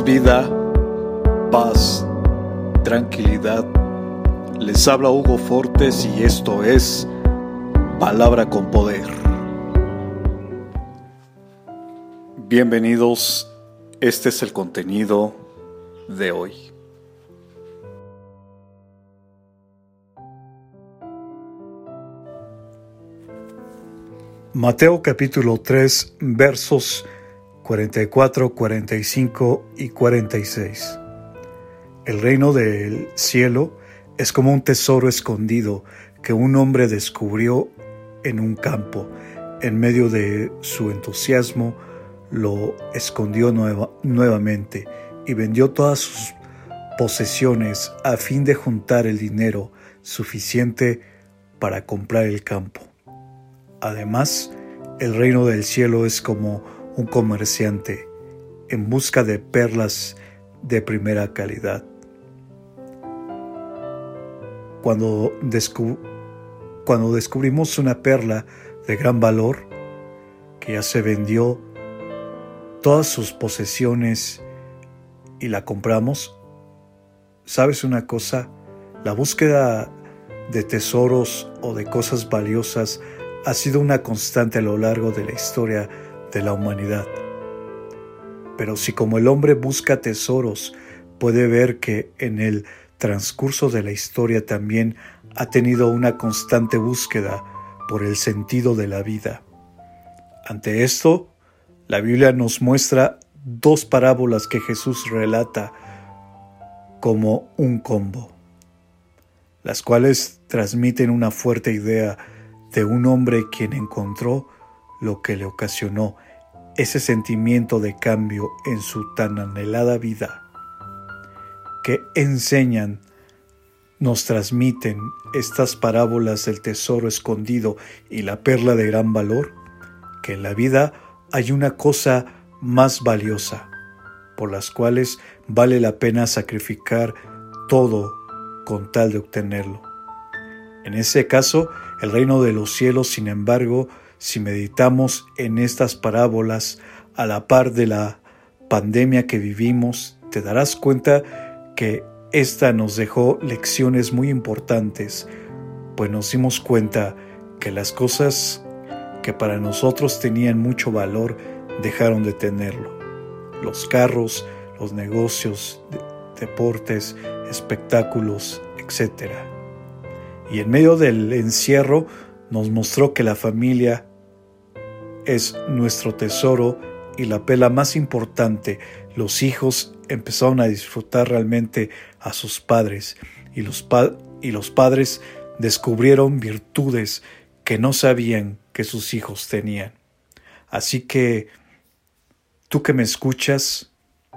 vida, paz, tranquilidad. Les habla Hugo Fortes y esto es Palabra con Poder. Bienvenidos, este es el contenido de hoy. Mateo capítulo 3, versos 44, 45 y 46. El reino del cielo es como un tesoro escondido que un hombre descubrió en un campo. En medio de su entusiasmo, lo escondió nuevamente y vendió todas sus posesiones a fin de juntar el dinero suficiente para comprar el campo. Además, el reino del cielo es como un comerciante en busca de perlas de primera calidad. Cuando descubrimos una perla de gran valor, que ya se vendió todas sus posesiones y la compramos, ¿sabes una cosa? La búsqueda de tesoros o de cosas valiosas ha sido una constante a lo largo de la historia de la humanidad. Pero si como el hombre busca tesoros, puede ver que en el transcurso de la historia también ha tenido una constante búsqueda por el sentido de la vida. Ante esto, la Biblia nos muestra dos parábolas que Jesús relata como un combo, las cuales transmiten una fuerte idea de un hombre quien encontró lo que le ocasionó ese sentimiento de cambio en su tan anhelada vida. ¿Qué enseñan, nos transmiten estas parábolas del tesoro escondido y la perla de gran valor? Que en la vida hay una cosa más valiosa, por las cuales vale la pena sacrificar todo con tal de obtenerlo. En ese caso, el reino de los cielos, sin embargo, si meditamos en estas parábolas a la par de la pandemia que vivimos, te darás cuenta que esta nos dejó lecciones muy importantes, pues nos dimos cuenta que las cosas que para nosotros tenían mucho valor dejaron de tenerlo. Los carros, los negocios, deportes, espectáculos, etc. Y en medio del encierro nos mostró que la familia es nuestro tesoro y la perla más importante. Los hijos empezaron a disfrutar realmente a sus padres y los padres descubrieron virtudes que no sabían que sus hijos tenían. Así que tú que me escuchas,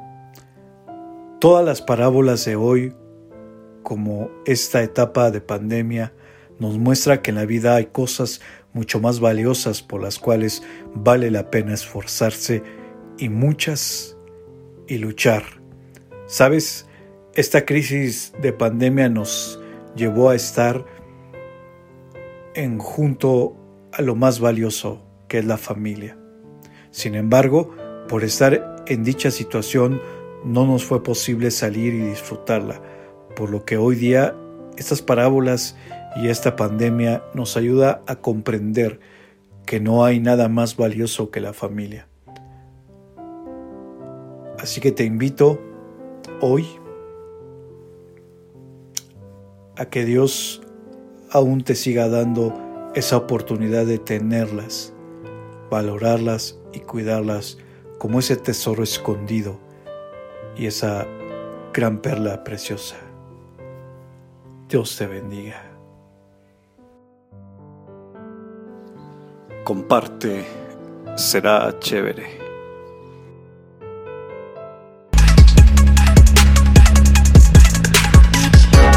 todas las parábolas de hoy, como esta etapa de pandemia, nos muestra que en la vida hay cosas mucho más valiosas por las cuales vale la pena esforzarse y luchar. ¿Sabes? Esta crisis de pandemia nos llevó a estar junto a lo más valioso, que es la familia. Sin embargo, por estar en dicha situación, no nos fue posible salir y disfrutarla, por lo que hoy día estas parábolas y esta pandemia nos ayuda a comprender que no hay nada más valioso que la familia. Así que te invito hoy a que Dios aún te siga dando esa oportunidad de tenerlas, valorarlas y cuidarlas como ese tesoro escondido y esa gran perla preciosa. Dios te bendiga. Comparte, será chévere.